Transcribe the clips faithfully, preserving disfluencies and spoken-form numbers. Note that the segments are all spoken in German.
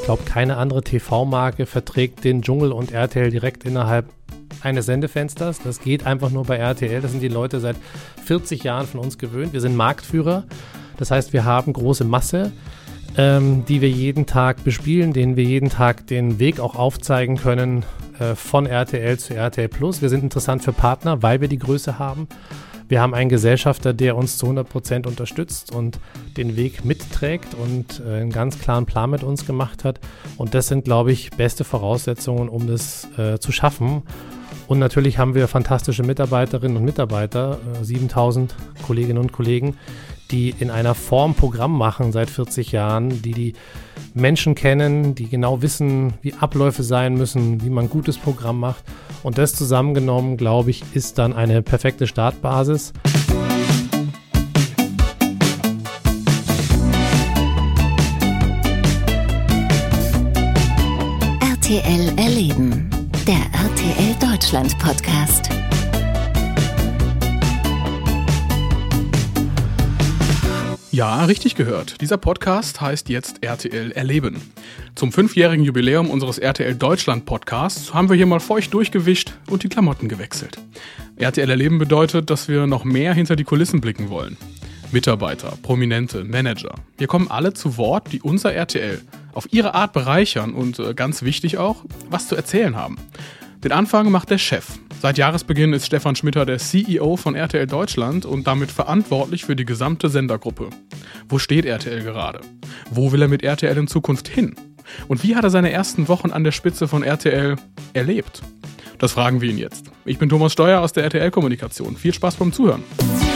Ich glaube, keine andere T V-Marke verträgt den Dschungel und R T L direkt innerhalb eines Sendefensters. Das geht einfach nur bei R T L. Das sind die Leute seit vierzig Jahren von uns gewöhnt. Wir sind Marktführer. Das heißt, wir haben große Masse, ähm, die wir jeden Tag bespielen, denen wir jeden Tag den Weg auch aufzeigen können äh, von R T L zu R T L Plus. Wir sind interessant für Partner, weil wir die Größe haben. Wir haben einen Gesellschafter, der uns zu hundert Prozent unterstützt und den Weg mitträgt und äh, einen ganz klaren Plan mit uns gemacht hat. Und das sind, glaube ich, beste Voraussetzungen, um das äh, zu schaffen. Und natürlich haben wir fantastische Mitarbeiterinnen und Mitarbeiter, äh, siebentausend Kolleginnen und Kollegen, die in einer Form Programm machen seit vierzig Jahren, die die Menschen kennen, die genau wissen, wie Abläufe sein müssen, wie man gutes Programm macht. Und das zusammengenommen, glaube ich, ist dann eine perfekte Startbasis. R T L Erleben, der R T L Deutschland Podcast. Ja, richtig gehört. Dieser Podcast heißt jetzt R T L Erleben. Zum fünfjährigen Jubiläum unseres R T L Deutschland Podcasts haben wir hier mal feucht durchgewischt und die Klamotten gewechselt. R T L Erleben bedeutet, dass wir noch mehr hinter die Kulissen blicken wollen. Mitarbeiter, Prominente, Manager. Hier kommen alle zu Wort, die unser R T L auf ihre Art bereichern und äh, ganz wichtig auch, was zu erzählen haben. Den Anfang macht der Chef. Seit Jahresbeginn ist Stefan Schmitter der C E O von R T L Deutschland und damit verantwortlich für die gesamte Sendergruppe. Wo steht R T L gerade? Wo will er mit R T L in Zukunft hin? Und wie hat er seine ersten Wochen an der Spitze von R T L erlebt? Das fragen wir ihn jetzt. Ich bin Thomas Steuer aus der R T L-Kommunikation. Viel Spaß beim Zuhören.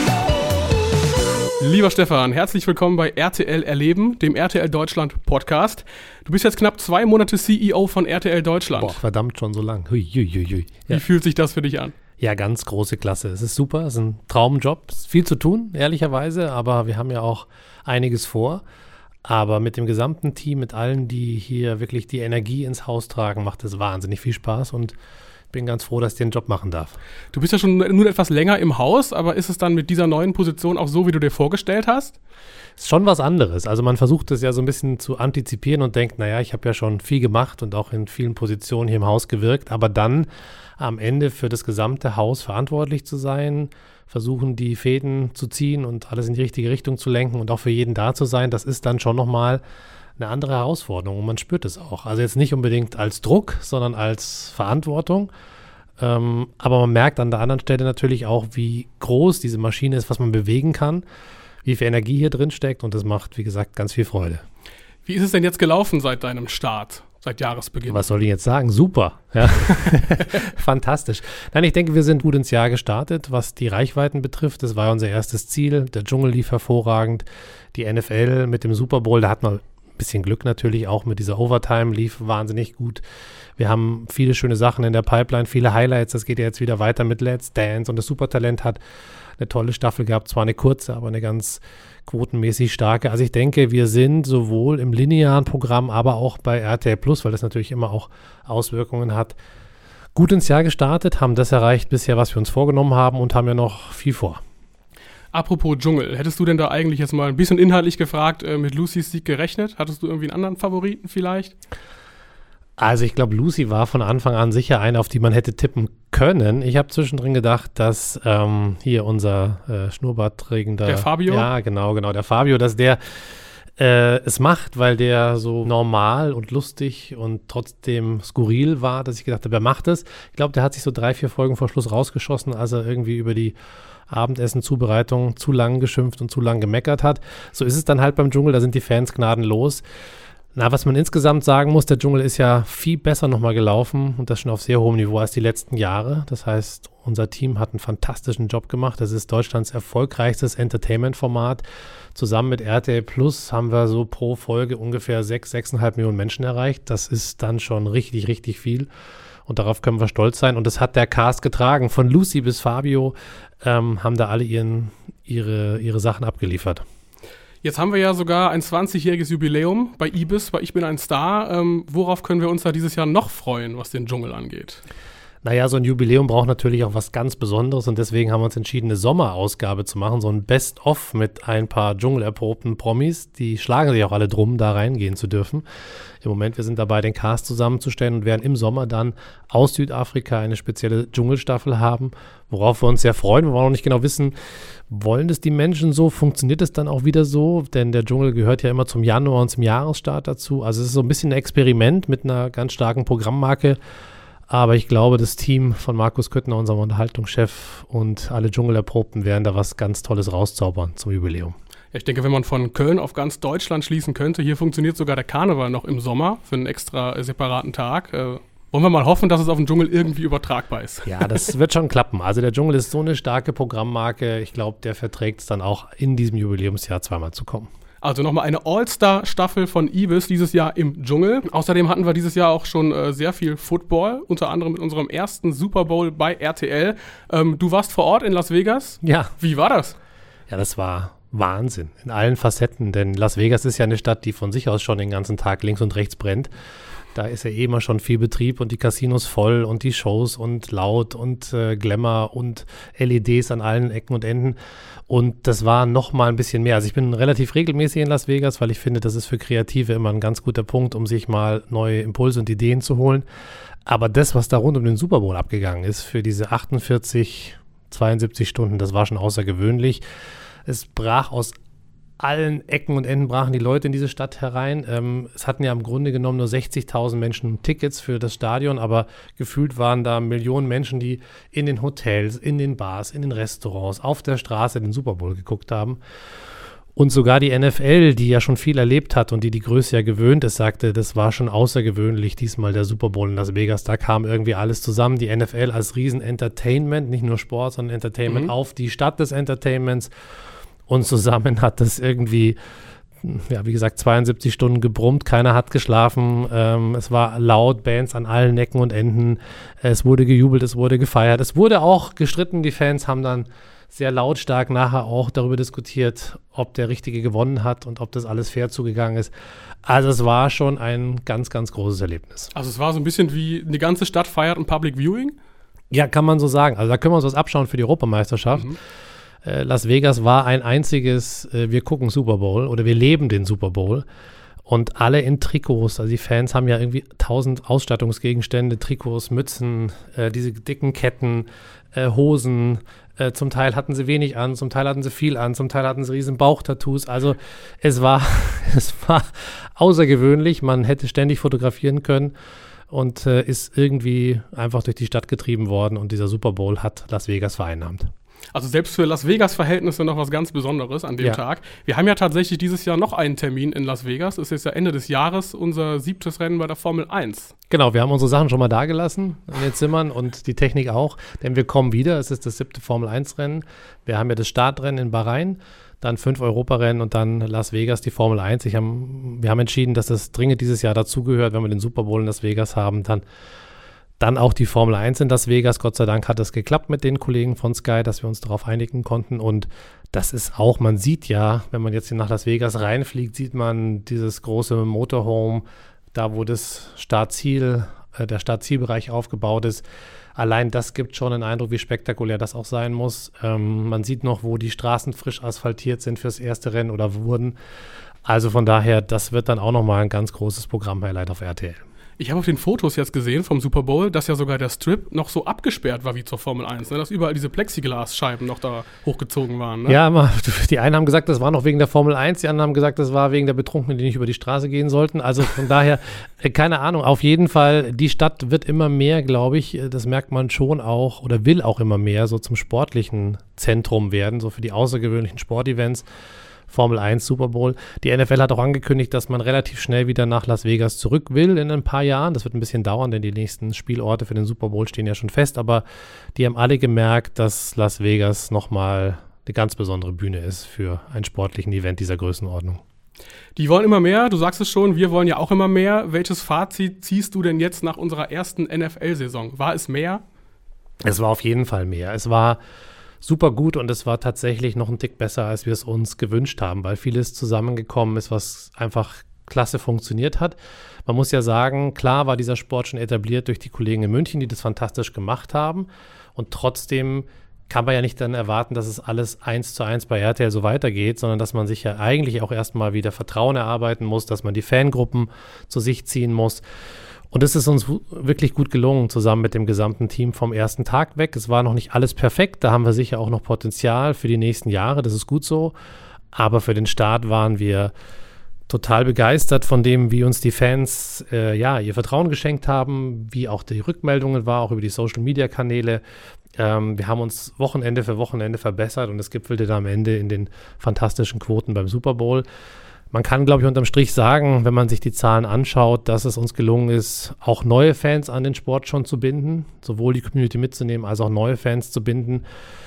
Lieber Stefan, herzlich willkommen bei R T L Erleben, dem R T L Deutschland Podcast. Du bist jetzt knapp zwei Monate C E O von R T L Deutschland. Boah, verdammt, schon so lang. Hui, hui, hui, hui. Ja. Wie fühlt sich das für dich an? Ja, ganz große Klasse. Es ist super, es ist ein Traumjob. Es ist viel zu tun, ehrlicherweise, aber wir haben ja auch einiges vor. Aber mit dem gesamten Team, mit allen, die hier wirklich die Energie ins Haus tragen, macht es wahnsinnig viel Spaß und bin ganz froh, dass ich den Job machen darf. Du bist ja schon nur etwas länger im Haus, aber ist es dann mit dieser neuen Position auch so, wie du dir vorgestellt hast? Ist schon was anderes. Also man versucht es ja so ein bisschen zu antizipieren und denkt, naja, ich habe ja schon viel gemacht und auch in vielen Positionen hier im Haus gewirkt, aber dann am Ende für das gesamte Haus verantwortlich zu sein, versuchen die Fäden zu ziehen und alles in die richtige Richtung zu lenken und auch für jeden da zu sein, das ist dann schon nochmal eine andere Herausforderung und man spürt es auch. Also jetzt nicht unbedingt als Druck, sondern als Verantwortung. Ähm, aber man merkt an der anderen Stelle natürlich auch, wie groß diese Maschine ist, was man bewegen kann, wie viel Energie hier drin steckt und das macht, wie gesagt, ganz viel Freude. Wie ist es denn jetzt gelaufen seit deinem Start, seit Jahresbeginn? Was soll ich jetzt sagen? Super. Ja. Fantastisch. Nein, ich denke, wir sind gut ins Jahr gestartet, was die Reichweiten betrifft. Das war unser erstes Ziel. Der Dschungel lief hervorragend. Die N F L mit dem Super Bowl, da hat man bisschen Glück natürlich, auch mit dieser Overtime lief wahnsinnig gut. Wir haben viele schöne Sachen in der Pipeline, viele Highlights. Das geht ja jetzt wieder weiter mit Let's Dance und das Supertalent hat eine tolle Staffel gehabt. Zwar eine kurze, aber eine ganz quotenmäßig starke. Also ich denke, wir sind sowohl im linearen Programm, aber auch bei R T L Plus, weil das natürlich immer auch Auswirkungen hat, gut ins Jahr gestartet, haben das erreicht bisher, was wir uns vorgenommen haben und haben ja noch viel vor. Apropos Dschungel, hättest du denn da eigentlich jetzt mal ein bisschen inhaltlich gefragt, äh, mit Lucys Sieg gerechnet? Hattest du irgendwie einen anderen Favoriten vielleicht? Also ich glaube, Lucy war von Anfang an sicher eine, auf die man hätte tippen können. Ich habe zwischendrin gedacht, dass ähm, hier unser äh, Schnurrbartträgender... Der Fabio? Ja, genau, genau, der Fabio, dass der äh, es macht, weil der so normal und lustig und trotzdem skurril war, dass ich gedacht habe, er macht es. Ich glaube, der hat sich so drei, vier Folgen vor Schluss rausgeschossen, als er irgendwie über die Abendessen-Zubereitung zu lang geschimpft und zu lang gemeckert hat. So ist es dann halt beim Dschungel, da sind die Fans gnadenlos. Na, was man insgesamt sagen muss, der Dschungel ist ja viel besser nochmal gelaufen und das schon auf sehr hohem Niveau als die letzten Jahre. Das heißt, unser Team hat einen fantastischen Job gemacht. Das ist Deutschlands erfolgreichstes Entertainment-Format. Zusammen mit R T L Plus haben wir so pro Folge ungefähr sechs, sechseinhalb Millionen Menschen erreicht. Das ist dann schon richtig, richtig viel. Und darauf können wir stolz sein. Und das hat der Cast getragen. Von Lucy bis Fabio ähm, haben da alle ihren, ihre, ihre Sachen abgeliefert. Jetzt haben wir ja sogar ein zwanzigjähriges Jubiläum bei Ibis, bei Ich bin ein Star. Ähm, worauf können wir uns da dieses Jahr noch freuen, was den Dschungel angeht? Naja, so ein Jubiläum braucht natürlich auch was ganz Besonderes und deswegen haben wir uns entschieden, eine Sommerausgabe zu machen, so ein Best-of mit ein paar dschungelerprobten Promis. Die schlagen sich auch alle drum, da reingehen zu dürfen. Im Moment, wir sind dabei, den Cast zusammenzustellen und werden im Sommer dann aus Südafrika eine spezielle Dschungelstaffel haben, worauf wir uns sehr freuen. Wir wollen noch nicht genau wissen, wollen das die Menschen so? Funktioniert es dann auch wieder so? Denn der Dschungel gehört ja immer zum Januar und zum Jahresstart dazu. Also es ist so ein bisschen ein Experiment mit einer ganz starken Programmmarke. Aber ich glaube, das Team von Markus Küttner, unserem Unterhaltungschef, und alle Dschungelerprobten werden da was ganz Tolles rauszaubern zum Jubiläum. Ja, ich denke, wenn man von Köln auf ganz Deutschland schließen könnte, hier funktioniert sogar der Karneval noch im Sommer für einen extra äh, separaten Tag. Äh, wollen wir mal hoffen, dass es auf den Dschungel irgendwie übertragbar ist. Ja, das wird schon klappen. Also der Dschungel ist so eine starke Programmmarke. Ich glaube, der verträgt es dann auch in diesem Jubiläumsjahr zweimal zu kommen. Also nochmal eine All-Star-Staffel von Ibis dieses Jahr im Dschungel. Außerdem hatten wir dieses Jahr auch schon äh, sehr viel Football, unter anderem mit unserem ersten Super Bowl bei R T L. Ähm, du warst vor Ort in Las Vegas. Ja. Wie war das? Ja, das war Wahnsinn in allen Facetten, denn Las Vegas ist ja eine Stadt, die von sich aus schon den ganzen Tag links und rechts brennt. Da ist ja eh immer schon viel Betrieb und die Casinos voll und die Shows und laut und äh, Glamour und L E Ds an allen Ecken und Enden. Und das war noch mal ein bisschen mehr. Also ich bin relativ regelmäßig in Las Vegas, weil ich finde, das ist für Kreative immer ein ganz guter Punkt, um sich mal neue Impulse und Ideen zu holen. Aber das, was da rund um den Super Bowl abgegangen ist, für diese achtundvierzig, zweiundsiebzig Stunden, das war schon außergewöhnlich. Es brach aus allen Ecken und Enden brachen die Leute in diese Stadt herein. Ähm, es hatten ja im Grunde genommen nur sechzigtausend Menschen Tickets für das Stadion, aber gefühlt waren da Millionen Menschen, die in den Hotels, in den Bars, in den Restaurants, auf der Straße den Super Bowl geguckt haben. Und sogar die N F L, die ja schon viel erlebt hat und die die Größe ja gewöhnt ist, sagte, das war schon außergewöhnlich, diesmal der Super Bowl in Las Vegas. Da kam irgendwie alles zusammen. Die N F L als Riesen-Entertainment, nicht nur Sport, sondern Entertainment mhm. auf die Stadt des Entertainments. Und zusammen hat das irgendwie, ja, wie gesagt, zweiundsiebzig Stunden gebrummt. Keiner hat geschlafen. Ähm, es war laut, Bands an allen Ecken und Enden. Es wurde gejubelt, es wurde gefeiert. Es wurde auch gestritten. Die Fans haben dann sehr lautstark nachher auch darüber diskutiert, ob der Richtige gewonnen hat und ob das alles fair zugegangen ist. Also es war schon ein ganz, ganz großes Erlebnis. Also es war so ein bisschen wie die ganze Stadt feiert ein Public Viewing? Ja, kann man so sagen. Also da können wir uns was abschauen für die Europameisterschaft. Mhm. Las Vegas war ein einziges, äh, wir gucken Super Bowl oder wir leben den Super Bowl und alle in Trikots, also die Fans haben ja irgendwie tausend Ausstattungsgegenstände, Trikots, Mützen, äh, diese dicken Ketten, äh, Hosen, äh, zum Teil hatten sie wenig an, zum Teil hatten sie viel an, zum Teil hatten sie riesen Bauchtattoos, also es war, es war außergewöhnlich, man hätte ständig fotografieren können. Und äh, ist irgendwie einfach durch die Stadt getrieben worden und dieser Super Bowl hat Las Vegas vereinnahmt. Also selbst für Las Vegas-Verhältnisse noch was ganz Besonderes an dem ja. Tag. Wir haben ja tatsächlich dieses Jahr noch einen Termin in Las Vegas. Es ist ja Ende des Jahres unser siebtes Rennen bei der Formel eins. Genau, wir haben unsere Sachen schon mal da gelassen in den Zimmern und die Technik auch, denn wir kommen wieder. Es ist das siebte Formel eins Rennen. Wir haben ja das Startrennen in Bahrain, dann fünf Europarennen und dann Las Vegas, die Formel eins. Ich hab, wir haben entschieden, dass das dringend dieses Jahr dazugehört, wenn wir den Super Bowl in Las Vegas haben, dann Dann auch die Formel eins in Las Vegas. Gott sei Dank hat es geklappt mit den Kollegen von Sky, dass wir uns darauf einigen konnten. Und das ist auch, man sieht ja, wenn man jetzt hier nach Las Vegas reinfliegt, sieht man dieses große Motorhome, da wo das Startziel, äh, der Startzielbereich aufgebaut ist. Allein das gibt schon einen Eindruck, wie spektakulär das auch sein muss. Ähm, man sieht noch, wo die Straßen frisch asphaltiert sind fürs erste Rennen oder wurden. Also von daher, das wird dann auch nochmal ein ganz großes Programm-Highlight auf R T L. Ich habe auf den Fotos jetzt gesehen vom Super Bowl, dass ja sogar der Strip noch so abgesperrt war wie zur Formel eins, ne? Dass überall diese Plexiglasscheiben noch da hochgezogen waren. Ne? Ja, die einen haben gesagt, das war noch wegen der Formel eins, die anderen haben gesagt, das war wegen der Betrunkenen, die nicht über die Straße gehen sollten. Also von daher, keine Ahnung, auf jeden Fall, die Stadt wird immer mehr, glaube ich, das merkt man schon auch oder will auch immer mehr so zum sportlichen Zentrum werden, so für die außergewöhnlichen Sportevents. Formel eins, Super Bowl. Die N F L hat auch angekündigt, dass man relativ schnell wieder nach Las Vegas zurück will in ein paar Jahren. Das wird ein bisschen dauern, denn die nächsten Spielorte für den Super Bowl stehen ja schon fest. Aber die haben alle gemerkt, dass Las Vegas nochmal eine ganz besondere Bühne ist für einen sportlichen Event dieser Größenordnung. Die wollen immer mehr, du sagst es schon, wir wollen ja auch immer mehr. Welches Fazit ziehst du denn jetzt nach unserer ersten N F L-Saison? War es mehr? Es war auf jeden Fall mehr. Es war super gut und es war tatsächlich noch ein Tick besser, als wir es uns gewünscht haben, weil vieles zusammengekommen ist, was einfach klasse funktioniert hat. Man muss ja sagen, klar war dieser Sport schon etabliert durch die Kollegen in München, die das fantastisch gemacht haben. Und trotzdem kann man ja nicht dann erwarten, dass es alles eins zu eins bei R T L so weitergeht, sondern dass man sich ja eigentlich auch erstmal wieder Vertrauen erarbeiten muss, dass man die Fangruppen zu sich ziehen muss. Und es ist uns wirklich gut gelungen, zusammen mit dem gesamten Team vom ersten Tag weg. Es war noch nicht alles perfekt, da haben wir sicher auch noch Potenzial für die nächsten Jahre, das ist gut so. Aber für den Start waren wir total begeistert von dem, wie uns die Fans äh, ja, ihr Vertrauen geschenkt haben, wie auch die Rückmeldungen war, auch über die Social-Media-Kanäle. Ähm, wir haben uns Wochenende für Wochenende verbessert und es gipfelte da am Ende in den fantastischen Quoten beim Super Bowl. Man kann, glaube ich, unterm Strich sagen, wenn man sich die Zahlen anschaut, dass es uns gelungen ist, auch neue Fans an den Sport schon zu binden, sowohl die Community mitzunehmen, als auch neue Fans zu binden.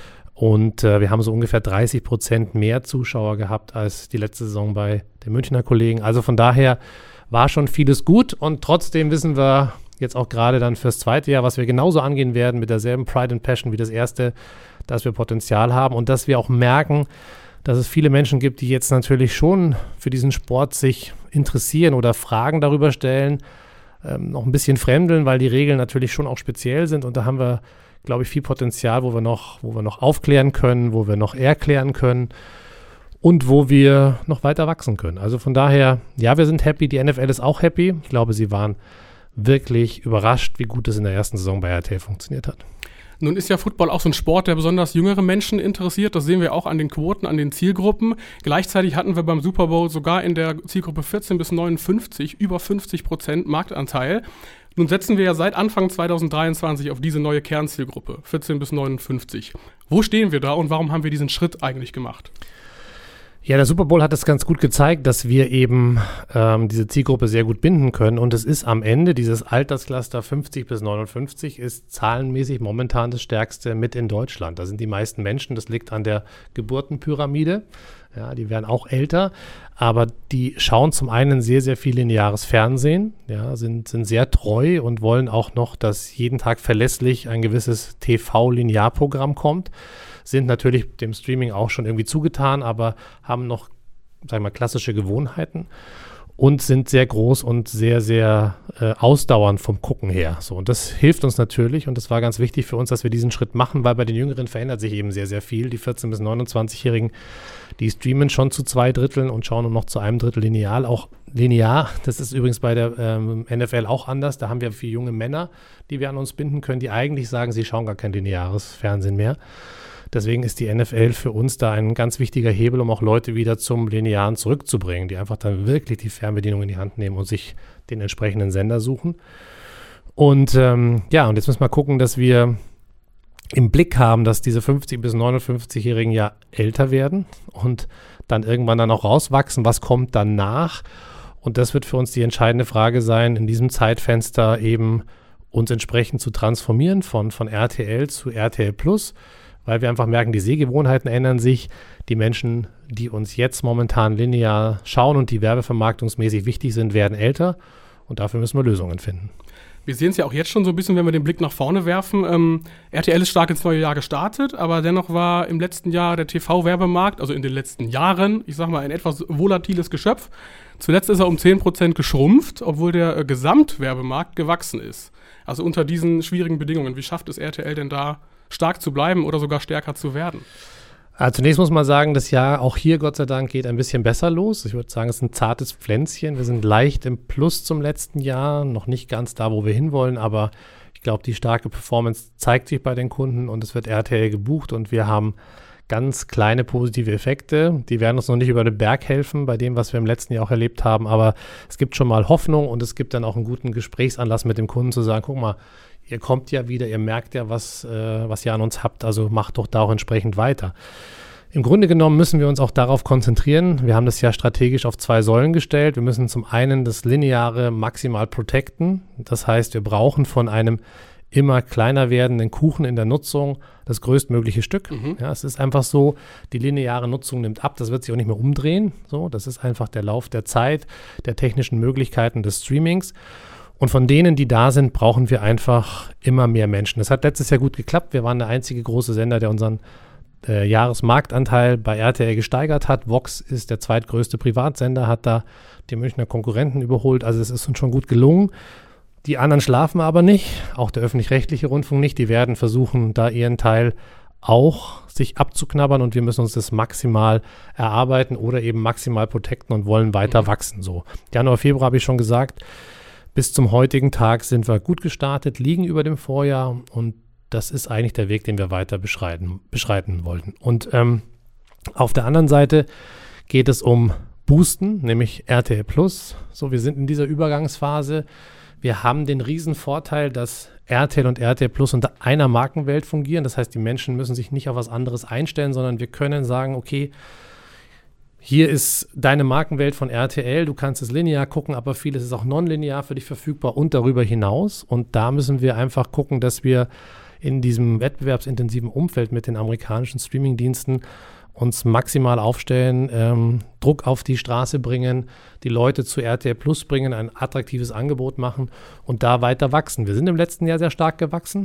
Und äh, wir haben so ungefähr dreißig Prozent mehr Zuschauer gehabt als die letzte Saison bei den Münchner Kollegen. Also von daher war schon vieles gut und trotzdem wissen wir jetzt auch gerade dann fürs zweite Jahr, was wir genauso angehen werden mit derselben Pride and Passion wie das erste, dass wir Potenzial haben und dass wir auch merken, dass es viele Menschen gibt, die jetzt natürlich schon für diesen Sport sich interessieren oder Fragen darüber stellen, ähm, noch ein bisschen fremdeln, weil die Regeln natürlich schon auch speziell sind und da haben wir, glaube ich, viel Potenzial, wo wir noch, wo wir noch aufklären können, wo wir noch erklären können und wo wir noch weiter wachsen können. Also von daher, ja, wir sind happy, die N F L ist auch happy. Ich glaube, sie waren wirklich überrascht, wie gut es in der ersten Saison bei R T L funktioniert hat. Nun ist ja Football auch so ein Sport, der besonders jüngere Menschen interessiert. Das sehen wir auch an den Quoten, an den Zielgruppen. Gleichzeitig hatten wir beim Super Bowl sogar in der Zielgruppe vierzehn bis neunundfünfzig über fünfzig Prozent Marktanteil. Nun setzen wir ja seit Anfang zwanzig dreiundzwanzig auf diese neue Kernzielgruppe, vierzehn bis neunundfünfzig. Wo stehen wir da und warum haben wir diesen Schritt eigentlich gemacht? Ja, der Super Bowl hat es ganz gut gezeigt, dass wir eben ähm, diese Zielgruppe sehr gut binden können. Und es ist am Ende, dieses Alterscluster fünfzig bis neunundfünfzig ist zahlenmäßig momentan das stärkste mit in Deutschland. Da sind die meisten Menschen, das liegt an der Geburtenpyramide. Ja, die werden auch älter, aber die schauen zum einen sehr, sehr viel lineares Fernsehen, ja, sind, sind sehr treu und wollen auch noch, dass jeden Tag verlässlich ein gewisses T V-Linearprogramm kommt. Sind natürlich dem Streaming auch schon irgendwie zugetan, aber haben noch, sagen wir mal, klassische Gewohnheiten und sind sehr groß und sehr, sehr äh, ausdauernd vom Gucken her. So, und das hilft uns natürlich und das war ganz wichtig für uns, dass wir diesen Schritt machen, weil bei den Jüngeren verändert sich eben sehr, sehr viel. Die vierzehn- bis neunundzwanzigjährigen, die streamen schon zu zwei Dritteln und schauen nur noch zu einem Drittel linear, auch linear. Das ist übrigens bei der ähm, N F L auch anders. Da haben wir viele junge Männer, die wir an uns binden können, die eigentlich sagen, sie schauen gar kein lineares Fernsehen mehr. Deswegen ist die N F L für uns da ein ganz wichtiger Hebel, um auch Leute wieder zum Linearen zurückzubringen, die einfach dann wirklich die Fernbedienung in die Hand nehmen und sich den entsprechenden Sender suchen. Und ähm, ja, und jetzt müssen wir gucken, dass wir im Blick haben, dass diese fünfzig- bis neunundfünfzigjährigen ja älter werden und dann irgendwann dann auch rauswachsen. Was kommt danach? Und das wird für uns die entscheidende Frage sein, in diesem Zeitfenster eben uns entsprechend zu transformieren von, von R T L zu R T L Plus, weil wir einfach merken, die Sehgewohnheiten ändern sich. Die Menschen, die uns jetzt momentan linear schauen und die werbevermarktungsmäßig wichtig sind, werden älter und dafür müssen wir Lösungen finden. Wir sehen es ja auch jetzt schon so ein bisschen, wenn wir den Blick nach vorne werfen. Ähm, R T L ist stark ins neue Jahr gestartet, aber dennoch war im letzten Jahr der T V-Werbemarkt, also in den letzten Jahren, ich sag mal, ein etwas volatiles Geschöpf. Zuletzt ist er um zehn Prozent geschrumpft, obwohl der äh, Gesamtwerbemarkt gewachsen ist. Also unter diesen schwierigen Bedingungen, wie schafft es R T L denn da, stark zu bleiben oder sogar stärker zu werden? Also zunächst muss man sagen, das Jahr auch hier, Gott sei Dank, geht ein bisschen besser los. Ich würde sagen, es ist ein zartes Pflänzchen. Wir sind leicht im Plus zum letzten Jahr, noch nicht ganz da, wo wir hinwollen, aber ich glaube, die starke Performance zeigt sich bei den Kunden und es wird R T L gebucht und wir haben ganz kleine positive Effekte. Die werden uns noch nicht über den Berg helfen bei dem, was wir im letzten Jahr auch erlebt haben, aber es gibt schon mal Hoffnung und es gibt dann auch einen guten Gesprächsanlass mit dem Kunden zu sagen, guck mal, ihr kommt ja wieder, ihr merkt ja, was, äh, was ihr an uns habt, also macht doch da auch entsprechend weiter. Im Grunde genommen müssen wir uns auch darauf konzentrieren. Wir haben das ja strategisch auf zwei Säulen gestellt. Wir müssen zum einen das Lineare maximal protecten. Das heißt, wir brauchen von einem immer kleiner werdenden Kuchen in der Nutzung das größtmögliche Stück. Mhm. Ja, es ist einfach so, die lineare Nutzung nimmt ab, das wird sich auch nicht mehr umdrehen. So, das ist einfach der Lauf der Zeit, der technischen Möglichkeiten des Streamings. Und von denen, die da sind, brauchen wir einfach immer mehr Menschen. Das hat letztes Jahr gut geklappt. Wir waren der einzige große Sender, der unseren äh, Jahresmarktanteil bei R T L gesteigert hat. Vox ist der zweitgrößte Privatsender, hat da die Münchner Konkurrenten überholt. Also es ist uns schon gut gelungen. Die anderen schlafen aber nicht, auch der öffentlich-rechtliche Rundfunk nicht. Die werden versuchen, da ihren Teil auch sich abzuknabbern und wir müssen uns das maximal erarbeiten oder eben maximal protecten und wollen weiter wachsen. So, Januar, Februar habe ich schon gesagt, bis zum heutigen Tag sind wir gut gestartet, liegen über dem Vorjahr und das ist eigentlich der Weg, den wir weiter beschreiten, beschreiten wollten. Und ähm, auf der anderen Seite geht es um Boosten, nämlich R T L Plus. So, wir sind in dieser Übergangsphase. Wir haben den riesen Vorteil, dass R T L und R T L Plus unter einer Markenwelt fungieren. Das heißt, die Menschen müssen sich nicht auf was anderes einstellen, sondern wir können sagen, okay, hier ist deine Markenwelt von R T L, du kannst es linear gucken, aber vieles ist auch nonlinear für dich verfügbar und darüber hinaus. Und da müssen wir einfach gucken, dass wir in diesem wettbewerbsintensiven Umfeld mit den amerikanischen Streamingdiensten uns maximal aufstellen, ähm, Druck auf die Straße bringen, die Leute zu R T L Plus bringen, ein attraktives Angebot machen und da weiter wachsen. Wir sind im letzten Jahr sehr stark gewachsen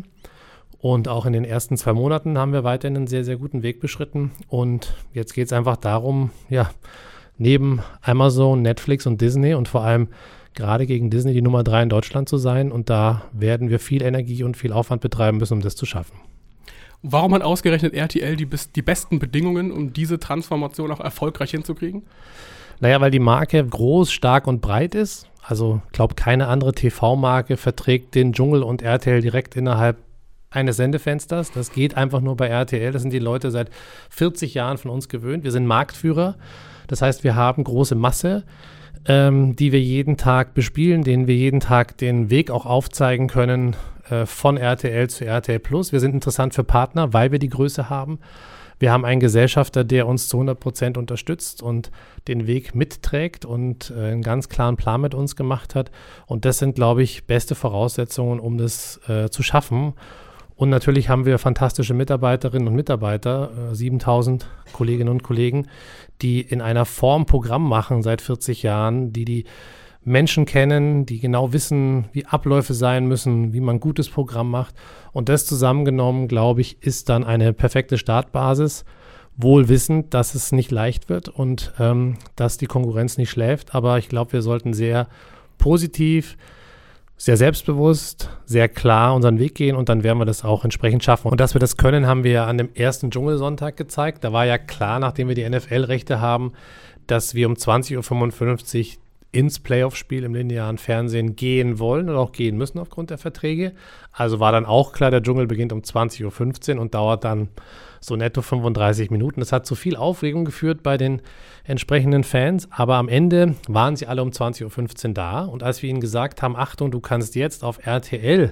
und auch in den ersten zwei Monaten haben wir weiterhin einen sehr, sehr guten Weg beschritten und jetzt geht es einfach darum, ja, neben Amazon, Netflix und Disney und vor allem gerade gegen Disney die Nummer drei in Deutschland zu sein und da werden wir viel Energie und viel Aufwand betreiben müssen, um das zu schaffen. Warum hat ausgerechnet R T L die, die besten Bedingungen, um diese Transformation auch erfolgreich hinzukriegen? Naja, weil die Marke groß, stark und breit ist. Also ich glaube, keine andere T V-Marke verträgt den Dschungel und R T L direkt innerhalb eines Sendefensters. Das geht einfach nur bei R T L. Das sind die Leute seit vierzig Jahren von uns gewöhnt. Wir sind Marktführer. Das heißt, wir haben große Masse, ähm, die wir jeden Tag bespielen, denen wir jeden Tag den Weg auch aufzeigen können, von R T L zu R T L Plus. Wir sind interessant für Partner, weil wir die Größe haben. Wir haben einen Gesellschafter, der uns zu hundert Prozent unterstützt und den Weg mitträgt und äh, einen ganz klaren Plan mit uns gemacht hat. Und das sind, glaube ich, beste Voraussetzungen, um das äh, zu schaffen. Und natürlich haben wir fantastische Mitarbeiterinnen und Mitarbeiter, äh, siebentausend Kolleginnen und Kollegen, die in einer Form Programm machen seit vierzig Jahren, die die Menschen kennen, die genau wissen, wie Abläufe sein müssen, wie man gutes Programm macht. Und das zusammengenommen, glaube ich, ist dann eine perfekte Startbasis, wohl wissend, dass es nicht leicht wird und ähm, dass die Konkurrenz nicht schläft. Aber ich glaube, wir sollten sehr positiv, sehr selbstbewusst, sehr klar unseren Weg gehen und dann werden wir das auch entsprechend schaffen. Und dass wir das können, haben wir ja an dem ersten Dschungelsonntag gezeigt. Da war ja klar, nachdem wir die N F L-Rechte haben, dass wir um zwanzig Uhr fünfundfünfzig ins Playoff-Spiel im linearen Fernsehen gehen wollen und auch gehen müssen aufgrund der Verträge. Also war dann auch klar, der Dschungel beginnt um zwanzig Uhr fünfzehn und dauert dann so netto fünfunddreißig Minuten. Das hat zu viel Aufregung geführt bei den entsprechenden Fans, aber am Ende waren sie alle um zwanzig Uhr fünfzehn da und als wir ihnen gesagt haben, Achtung, du kannst jetzt auf R T L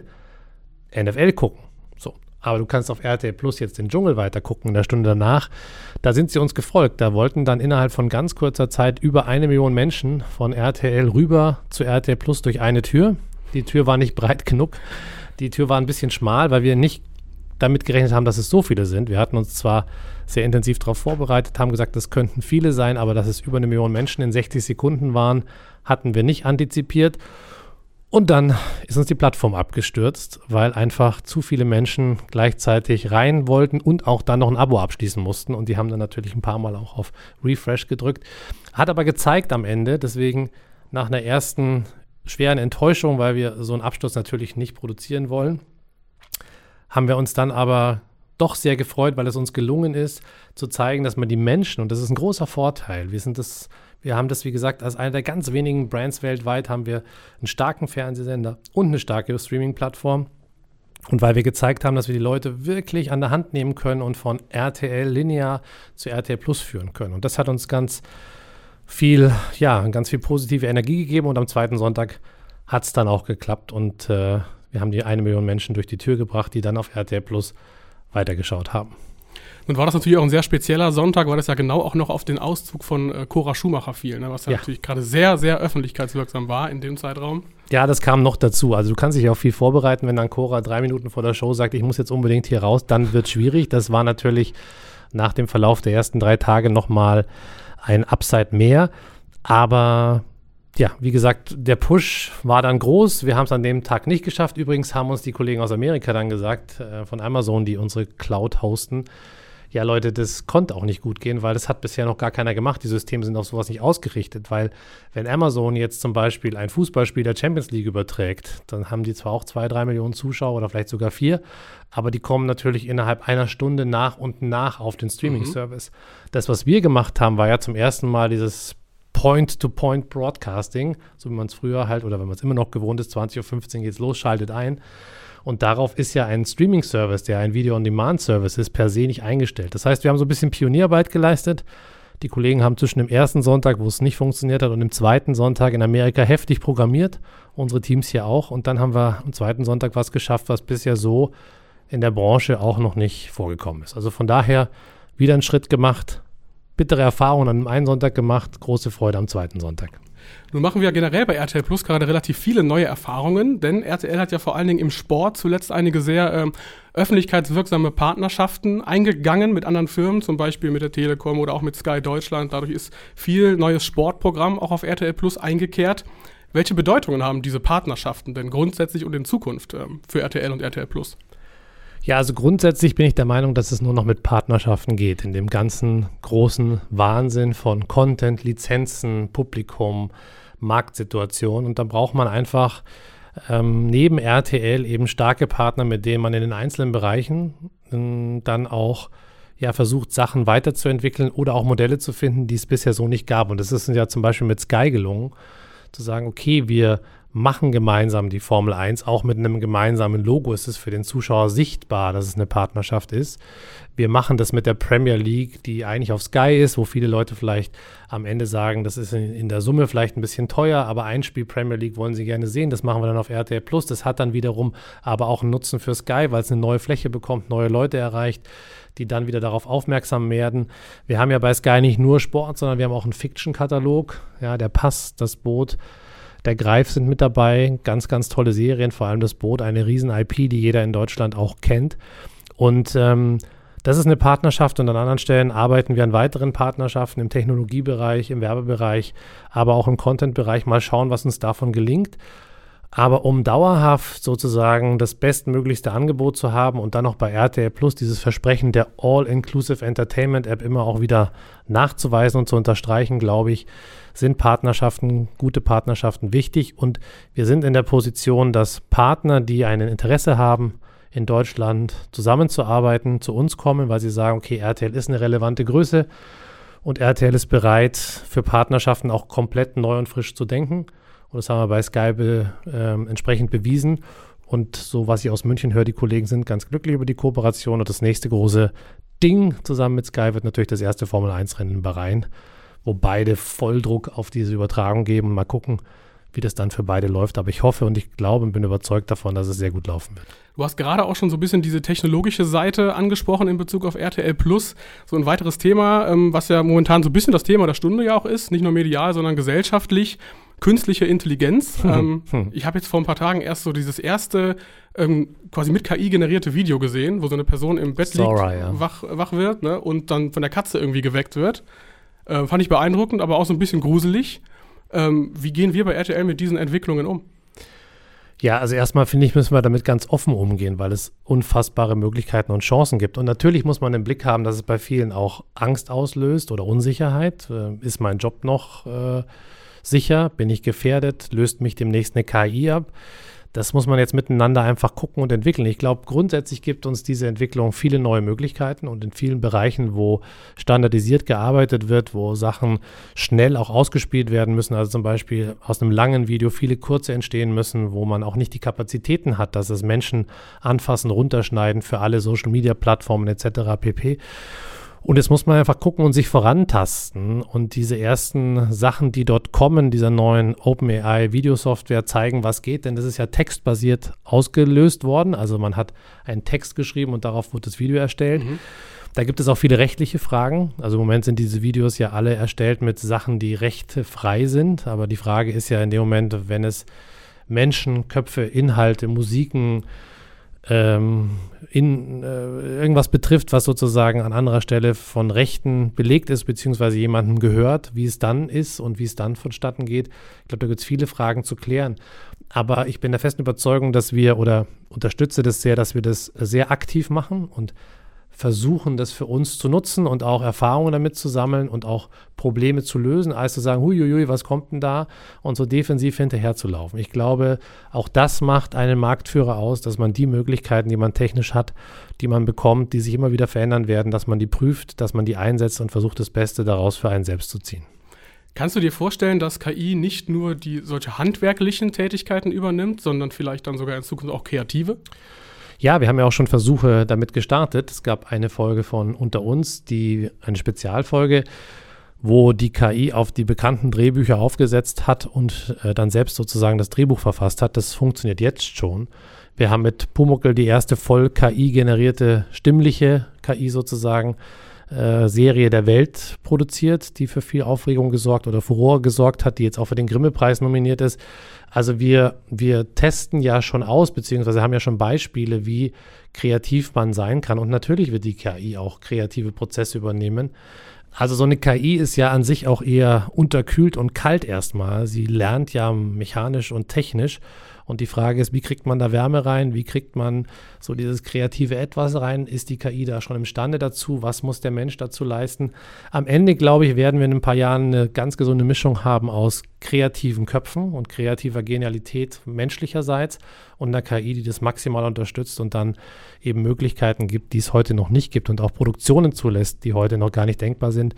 N F L gucken, so, aber du kannst auf R T L Plus jetzt den Dschungel weiter gucken in der Stunde danach, da sind sie uns gefolgt. Da wollten dann innerhalb von ganz kurzer Zeit über eine Million Menschen von R T L rüber zu R T L Plus durch eine Tür. Die Tür war nicht breit genug. Die Tür war ein bisschen schmal, weil wir nicht damit gerechnet haben, dass es so viele sind. Wir hatten uns zwar sehr intensiv darauf vorbereitet, haben gesagt, das könnten viele sein, aber dass es über eine Million Menschen in sechzig Sekunden waren, hatten wir nicht antizipiert. Und dann ist uns die Plattform abgestürzt, weil einfach zu viele Menschen gleichzeitig rein wollten und auch dann noch ein Abo abschließen mussten. Und die haben dann natürlich ein paar Mal auch auf Refresh gedrückt. Hat aber gezeigt am Ende, deswegen nach einer ersten schweren Enttäuschung, weil wir so einen Absturz natürlich nicht produzieren wollen, haben wir uns dann aber doch sehr gefreut, weil es uns gelungen ist, zu zeigen, dass man die Menschen, und das ist ein großer Vorteil, wir sind das, wir haben das, wie gesagt, als einer der ganz wenigen Brands weltweit, haben wir einen starken Fernsehsender und eine starke Streaming-Plattform. Und weil wir gezeigt haben, dass wir die Leute wirklich an der Hand nehmen können und von R T L linear zu R T L Plus führen können. Und das hat uns ganz viel, ja, ganz viel positive Energie gegeben und am zweiten Sonntag hat es dann auch geklappt und äh, wir haben die eine Million Menschen durch die Tür gebracht, die dann auf R T L Plus weitergeschaut haben. Nun war das natürlich auch ein sehr spezieller Sonntag, weil das ja genau auch noch auf den Auszug von äh, Cora Schumacher fiel, ne? Was ja, ja natürlich gerade sehr, sehr öffentlichkeitswirksam war in dem Zeitraum. Ja, das kam noch dazu. Also du kannst dich auch viel vorbereiten, wenn dann Cora drei Minuten vor der Show sagt, ich muss jetzt unbedingt hier raus, dann wird es schwierig. Das war natürlich nach dem Verlauf der ersten drei Tage nochmal ein Upside mehr. Aber ja, wie gesagt, der Push war dann groß. Wir haben es an dem Tag nicht geschafft. Übrigens haben uns die Kollegen aus Amerika dann gesagt, äh, von Amazon, die unsere Cloud hosten, ja Leute, das konnte auch nicht gut gehen, weil das hat bisher noch gar keiner gemacht. Die Systeme sind auf sowas nicht ausgerichtet, weil wenn Amazon jetzt zum Beispiel ein Fußballspiel der Champions League überträgt, dann haben die zwar auch zwei, drei Millionen Zuschauer oder vielleicht sogar vier, aber die kommen natürlich innerhalb einer Stunde nach und nach auf den Streaming-Service. Mhm. Das, was wir gemacht haben, war ja zum ersten Mal dieses Point-to-Point-Broadcasting, so wie man es früher halt, oder wenn man es immer noch gewohnt ist, zwanzig Uhr fünfzehn geht's los, schaltet ein. Und darauf ist ja ein Streaming-Service, der ein Video-on-Demand-Service ist, per se nicht eingestellt. Das heißt, wir haben so ein bisschen Pionierarbeit geleistet. Die Kollegen haben zwischen dem ersten Sonntag, wo es nicht funktioniert hat, und dem zweiten Sonntag in Amerika heftig programmiert. Unsere Teams hier auch. Und dann haben wir am zweiten Sonntag was geschafft, was bisher so in der Branche auch noch nicht vorgekommen ist. Also von daher wieder einen Schritt gemacht, bittere Erfahrungen an dem einen Sonntag gemacht, große Freude am zweiten Sonntag. Nun machen wir generell bei R T L Plus gerade relativ viele neue Erfahrungen, denn R T L hat ja vor allen Dingen im Sport zuletzt einige sehr ähm, öffentlichkeitswirksame Partnerschaften eingegangen mit anderen Firmen, zum Beispiel mit der Telekom oder auch mit Sky Deutschland. Dadurch ist viel neues Sportprogramm auch auf R T L Plus eingekehrt. Welche Bedeutungen haben diese Partnerschaften denn grundsätzlich und in Zukunft ähm, für R T L und R T L Plus? Ja, also grundsätzlich bin ich der Meinung, dass es nur noch mit Partnerschaften geht, in dem ganzen großen Wahnsinn von Content, Lizenzen, Publikum, Marktsituation. Und da braucht man einfach ähm, neben R T L eben starke Partner, mit denen man in den einzelnen Bereichen äh, dann auch ja, versucht, Sachen weiterzuentwickeln oder auch Modelle zu finden, die es bisher so nicht gab. Und das ist ja zum Beispiel mit Sky gelungen, zu sagen, okay, wir machen gemeinsam die Formel eins, auch mit einem gemeinsamen Logo ist es für den Zuschauer sichtbar, dass es eine Partnerschaft ist. Wir machen das mit der Premier League, die eigentlich auf Sky ist, wo viele Leute vielleicht am Ende sagen, das ist in, in der Summe vielleicht ein bisschen teuer, aber ein Spiel Premier League wollen sie gerne sehen, das machen wir dann auf R T L Plus. Das hat dann wiederum aber auch einen Nutzen für Sky, weil es eine neue Fläche bekommt, neue Leute erreicht, die dann wieder darauf aufmerksam werden. Wir haben ja bei Sky nicht nur Sport, sondern wir haben auch einen Fiction-Katalog, ja, der Pass, das Boot, der Greif sind mit dabei, ganz, ganz tolle Serien, vor allem das Boot, eine riesen I P, die jeder in Deutschland auch kennt. Und ähm, das ist eine Partnerschaft und an anderen Stellen arbeiten wir an weiteren Partnerschaften im Technologiebereich, im Werbebereich, aber auch im Content-Bereich. Mal schauen, was uns davon gelingt. Aber um dauerhaft sozusagen das bestmöglichste Angebot zu haben und dann noch bei R T L Plus dieses Versprechen der All-Inclusive Entertainment App immer auch wieder nachzuweisen und zu unterstreichen, glaube ich, sind Partnerschaften, gute Partnerschaften wichtig. Und wir sind in der Position, dass Partner, die ein Interesse haben, in Deutschland zusammenzuarbeiten, zu uns kommen, weil sie sagen, okay, R T L ist eine relevante Größe und R T L ist bereit, für Partnerschaften auch komplett neu und frisch zu denken. Und das haben wir bei Sky be, äh, entsprechend bewiesen. Und so, was ich aus München höre, die Kollegen sind ganz glücklich über die Kooperation. Und das nächste große Ding zusammen mit Sky wird natürlich das erste Formel eins Rennen in Bahrain, wo beide Volldruck auf diese Übertragung geben. Mal gucken, wie das dann für beide läuft. Aber ich hoffe und ich glaube und bin überzeugt davon, dass es sehr gut laufen wird. Du hast gerade auch schon so ein bisschen diese technologische Seite angesprochen in Bezug auf R T L Plus. So ein weiteres Thema, ähm, was ja momentan so ein bisschen das Thema der Stunde ja auch ist, nicht nur medial, sondern gesellschaftlich. Künstliche Intelligenz. ähm, ich habe jetzt vor ein paar Tagen erst so dieses erste ähm, quasi mit K I generierte Video gesehen, wo so eine Person im Bett liegt, Sora, ja. wach, wach wird, ne, und dann von der Katze irgendwie geweckt wird. Äh, fand ich beeindruckend, aber auch so ein bisschen gruselig. Ähm, wie gehen wir bei R T L mit diesen Entwicklungen um? Ja, also erstmal finde ich, müssen wir damit ganz offen umgehen, weil es unfassbare Möglichkeiten und Chancen gibt. Und natürlich muss man im Blick haben, dass es bei vielen auch Angst auslöst oder Unsicherheit. Äh, ist mein Job noch äh, sicher? Bin ich gefährdet? Löst mich demnächst eine K I ab? Das muss man jetzt miteinander einfach gucken und entwickeln. Ich glaube, grundsätzlich gibt uns diese Entwicklung viele neue Möglichkeiten und in vielen Bereichen, wo standardisiert gearbeitet wird, wo Sachen schnell auch ausgespielt werden müssen, also zum Beispiel aus einem langen Video viele kurze entstehen müssen, wo man auch nicht die Kapazitäten hat, dass es Menschen anfassen, runterschneiden für alle Social-Media-Plattformen et cetera pp. Und jetzt muss man einfach gucken und sich vorantasten und diese ersten Sachen, die dort kommen, dieser neuen OpenAI-Videosoftware zeigen, was geht, denn das ist ja textbasiert ausgelöst worden, also man hat einen Text geschrieben und darauf wurde das Video erstellt. Mhm. Da gibt es auch viele rechtliche Fragen, also im Moment sind diese Videos ja alle erstellt mit Sachen, die rechtefrei sind, aber die Frage ist ja in dem Moment, wenn es Menschen, Köpfe, Inhalte, Musiken, Ähm, in äh, irgendwas betrifft, was sozusagen an anderer Stelle von Rechten belegt ist, beziehungsweise jemandem gehört, wie es dann ist und wie es dann vonstatten geht. Ich glaube, da gibt es viele Fragen zu klären. Aber ich bin der festen Überzeugung, dass wir, oder unterstütze das sehr, dass wir das sehr aktiv machen und versuchen, das für uns zu nutzen und auch Erfahrungen damit zu sammeln und auch Probleme zu lösen, als zu sagen, huiuiui, was kommt denn da? Und so defensiv hinterher zu laufen. Ich glaube, auch das macht einen Marktführer aus, dass man die Möglichkeiten, die man technisch hat, die man bekommt, die sich immer wieder verändern werden, dass man die prüft, dass man die einsetzt und versucht, das Beste daraus für einen selbst zu ziehen. Kannst du dir vorstellen, dass K I nicht nur die solche handwerklichen Tätigkeiten übernimmt, sondern vielleicht dann sogar in Zukunft auch kreative? Ja, wir haben ja auch schon Versuche damit gestartet. Es gab eine Folge von Unter uns, die eine Spezialfolge, wo die K I auf die bekannten Drehbücher aufgesetzt hat und äh, dann selbst sozusagen das Drehbuch verfasst hat. Das funktioniert jetzt schon. Wir haben mit Pumuckl die erste voll K I-generierte, stimmliche K I sozusagen, äh, Serie der Welt produziert, die für viel Aufregung gesorgt oder Furore gesorgt hat, die jetzt auch für den Grimme-Preis nominiert ist. Also wir, wir testen ja schon aus, beziehungsweise haben ja schon Beispiele, wie kreativ man sein kann. Und natürlich wird die K I auch kreative Prozesse übernehmen. Also so eine K I ist ja an sich auch eher unterkühlt und kalt erstmal. Sie lernt ja mechanisch und technisch. Und die Frage ist, wie kriegt man da Wärme rein? Wie kriegt man so dieses kreative Etwas rein? Ist die K I da schon imstande dazu? Was muss der Mensch dazu leisten? Am Ende, glaube ich, werden wir in ein paar Jahren eine ganz gesunde Mischung haben aus kreativen Köpfen und kreativer Genialität menschlicherseits und einer K I, die das maximal unterstützt und dann eben Möglichkeiten gibt, die es heute noch nicht gibt und auch Produktionen zulässt, die heute noch gar nicht denkbar sind.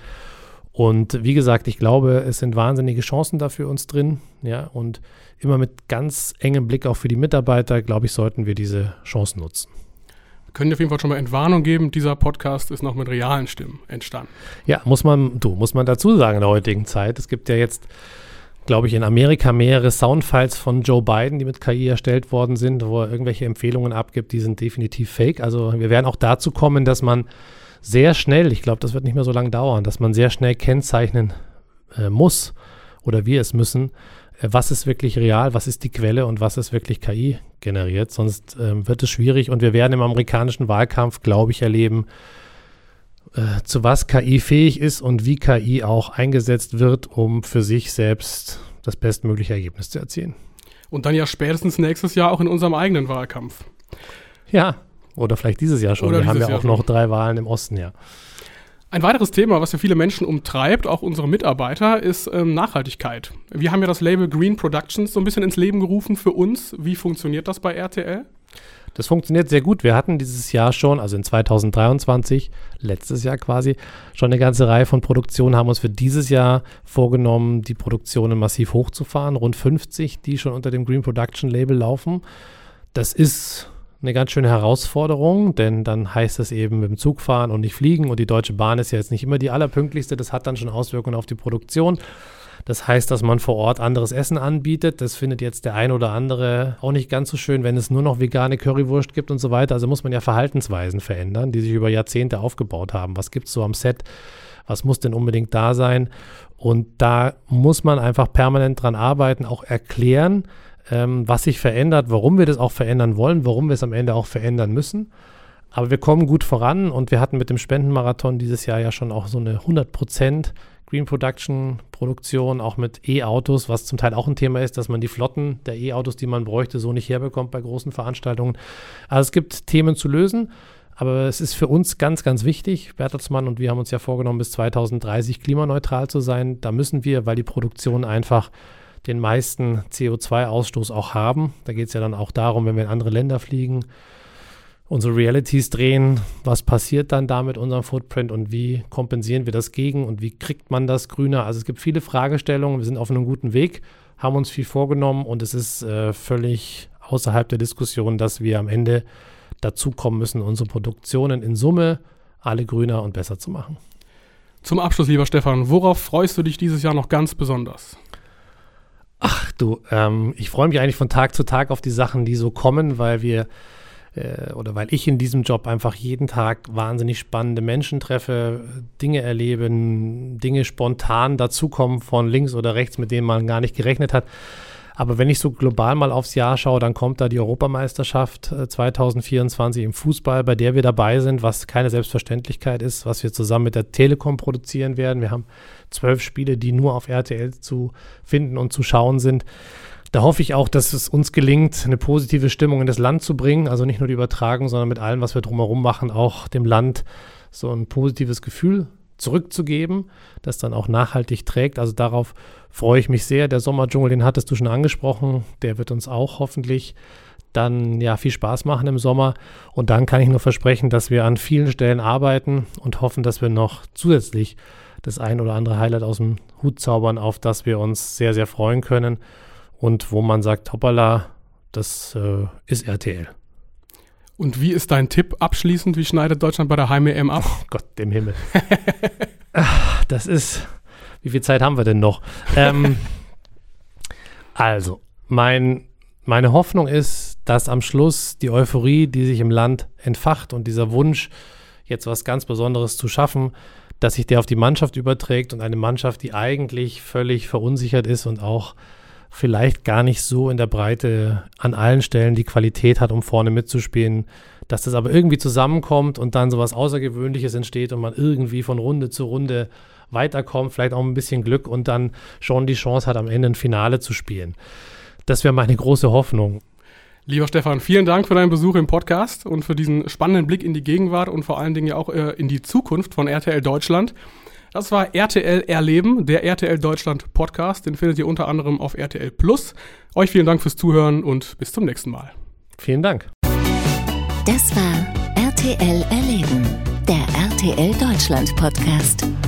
Und wie gesagt, ich glaube, es sind wahnsinnige Chancen da für uns drin, ja, und immer mit ganz engem Blick auch für die Mitarbeiter, glaube ich, sollten wir diese Chancen nutzen. Wir können auf jeden Fall schon mal Entwarnung geben, dieser Podcast ist noch mit realen Stimmen entstanden. Ja, muss man, du, muss man dazu sagen in der heutigen Zeit. Es gibt ja jetzt, glaube ich, in Amerika mehrere Soundfiles von Joe Biden, die mit K I erstellt worden sind, wo er irgendwelche Empfehlungen abgibt, die sind definitiv fake. Also wir werden auch dazu kommen, dass man sehr schnell, ich glaube, das wird nicht mehr so lange dauern, dass man sehr schnell kennzeichnen äh, muss oder wir es müssen, äh, was ist wirklich real, was ist die Quelle und was ist wirklich K I generiert. Sonst äh, wird es schwierig und wir werden im amerikanischen Wahlkampf, glaube ich, erleben, äh, zu was K I fähig ist und wie K I auch eingesetzt wird, um für sich selbst das bestmögliche Ergebnis zu erzielen. Und dann ja spätestens nächstes Jahr auch in unserem eigenen Wahlkampf. Ja, oder vielleicht dieses Jahr schon. Oder wir haben ja Jahr auch schon. noch drei Wahlen im Osten, ja. Ein weiteres Thema, was ja viele Menschen umtreibt, auch unsere Mitarbeiter, ist ähm, Nachhaltigkeit. Wir haben ja das Label Green Productions so ein bisschen ins Leben gerufen für uns. Wie funktioniert das bei R T L? Das funktioniert sehr gut. Wir hatten dieses Jahr schon, also in zweitausenddreiundzwanzig, letztes Jahr quasi, schon eine ganze Reihe von Produktionen, haben uns für dieses Jahr vorgenommen, die Produktionen massiv hochzufahren. Rund fünfzig, die schon unter dem Green Production Label laufen. Das ist eine ganz schöne Herausforderung, denn dann heißt es eben mit dem Zug fahren und nicht fliegen und die Deutsche Bahn ist ja jetzt nicht immer die allerpünktlichste, das hat dann schon Auswirkungen auf die Produktion. Das heißt, dass man vor Ort anderes Essen anbietet, das findet jetzt der ein oder andere auch nicht ganz so schön, wenn es nur noch vegane Currywurst gibt und so weiter, also muss man ja Verhaltensweisen verändern, die sich über Jahrzehnte aufgebaut haben. Was gibt es so am Set? Was muss denn unbedingt da sein? Und da muss man einfach permanent dran arbeiten, auch erklären, Ähm, was sich verändert, warum wir das auch verändern wollen, warum wir es am Ende auch verändern müssen. Aber wir kommen gut voran und wir hatten mit dem Spendenmarathon dieses Jahr ja schon auch so eine hundert Prozent Green Production Produktion, auch mit E-Autos, was zum Teil auch ein Thema ist, dass man die Flotten der E-Autos, die man bräuchte, so nicht herbekommt bei großen Veranstaltungen. Also es gibt Themen zu lösen, aber es ist für uns ganz, ganz wichtig, Bertelsmann und wir haben uns ja vorgenommen, bis zweitausenddreißig klimaneutral zu sein. Da müssen wir, weil die Produktion einfach den meisten C O zwei Ausstoß auch haben. Da geht es ja dann auch darum, wenn wir in andere Länder fliegen, unsere Realities drehen, was passiert dann da mit unserem Footprint und wie kompensieren wir das gegen und wie kriegt man das grüner? Also es gibt viele Fragestellungen, wir sind auf einem guten Weg, haben uns viel vorgenommen und es ist äh, völlig außerhalb der Diskussion, dass wir am Ende dazu kommen müssen, unsere Produktionen in Summe alle grüner und besser zu machen. Zum Abschluss, lieber Stefan, worauf freust du dich dieses Jahr noch ganz besonders? Ach du, ähm, ich freue mich eigentlich von Tag zu Tag auf die Sachen, die so kommen, weil wir äh, oder weil ich in diesem Job einfach jeden Tag wahnsinnig spannende Menschen treffe, Dinge erleben, Dinge spontan dazukommen von links oder rechts, mit denen man gar nicht gerechnet hat. Aber wenn ich so global mal aufs Jahr schaue, dann kommt da die Europameisterschaft äh, zweitausendvierundzwanzig im Fußball, bei der wir dabei sind, was keine Selbstverständlichkeit ist, was wir zusammen mit der Telekom produzieren werden. Wir haben zwölf Spiele, die nur auf R T L zu finden und zu schauen sind. Da hoffe ich auch, dass es uns gelingt, eine positive Stimmung in das Land zu bringen. Also nicht nur die Übertragung, sondern mit allem, was wir drumherum machen, auch dem Land so ein positives Gefühl zurückzugeben, das dann auch nachhaltig trägt. Also darauf freue ich mich sehr. Der Sommerdschungel, den hattest du schon angesprochen, der wird uns auch hoffentlich dann ja viel Spaß machen im Sommer. Und dann kann ich nur versprechen, dass wir an vielen Stellen arbeiten und hoffen, dass wir noch zusätzlich das ein oder andere Highlight aus dem Hut zaubern, auf das wir uns sehr, sehr freuen können. Und wo man sagt, hoppala, das äh, ist R T L. Und wie ist dein Tipp abschließend? Wie schneidet Deutschland bei der Heim-E M ab? Oh Gott, dem Himmel. Ach, das ist, wie viel Zeit haben wir denn noch? Ähm, also, mein, meine Hoffnung ist, dass am Schluss die Euphorie, die sich im Land entfacht und dieser Wunsch, jetzt was ganz Besonderes zu schaffen, dass sich der auf die Mannschaft überträgt und eine Mannschaft, die eigentlich völlig verunsichert ist und auch vielleicht gar nicht so in der Breite an allen Stellen die Qualität hat, um vorne mitzuspielen, dass das aber irgendwie zusammenkommt und dann sowas Außergewöhnliches entsteht und man irgendwie von Runde zu Runde weiterkommt, vielleicht auch ein bisschen Glück und dann schon die Chance hat, am Ende ein Finale zu spielen. Das wäre meine große Hoffnung. Lieber Stefan, vielen Dank für deinen Besuch im Podcast und für diesen spannenden Blick in die Gegenwart und vor allen Dingen ja auch äh, in die Zukunft von R T L Deutschland. Das war R T L Erleben, der R T L Deutschland Podcast. Den findet ihr unter anderem auf R T L Plus. Euch vielen Dank fürs Zuhören und bis zum nächsten Mal. Vielen Dank. Das war R T L Erleben, der R T L Deutschland Podcast.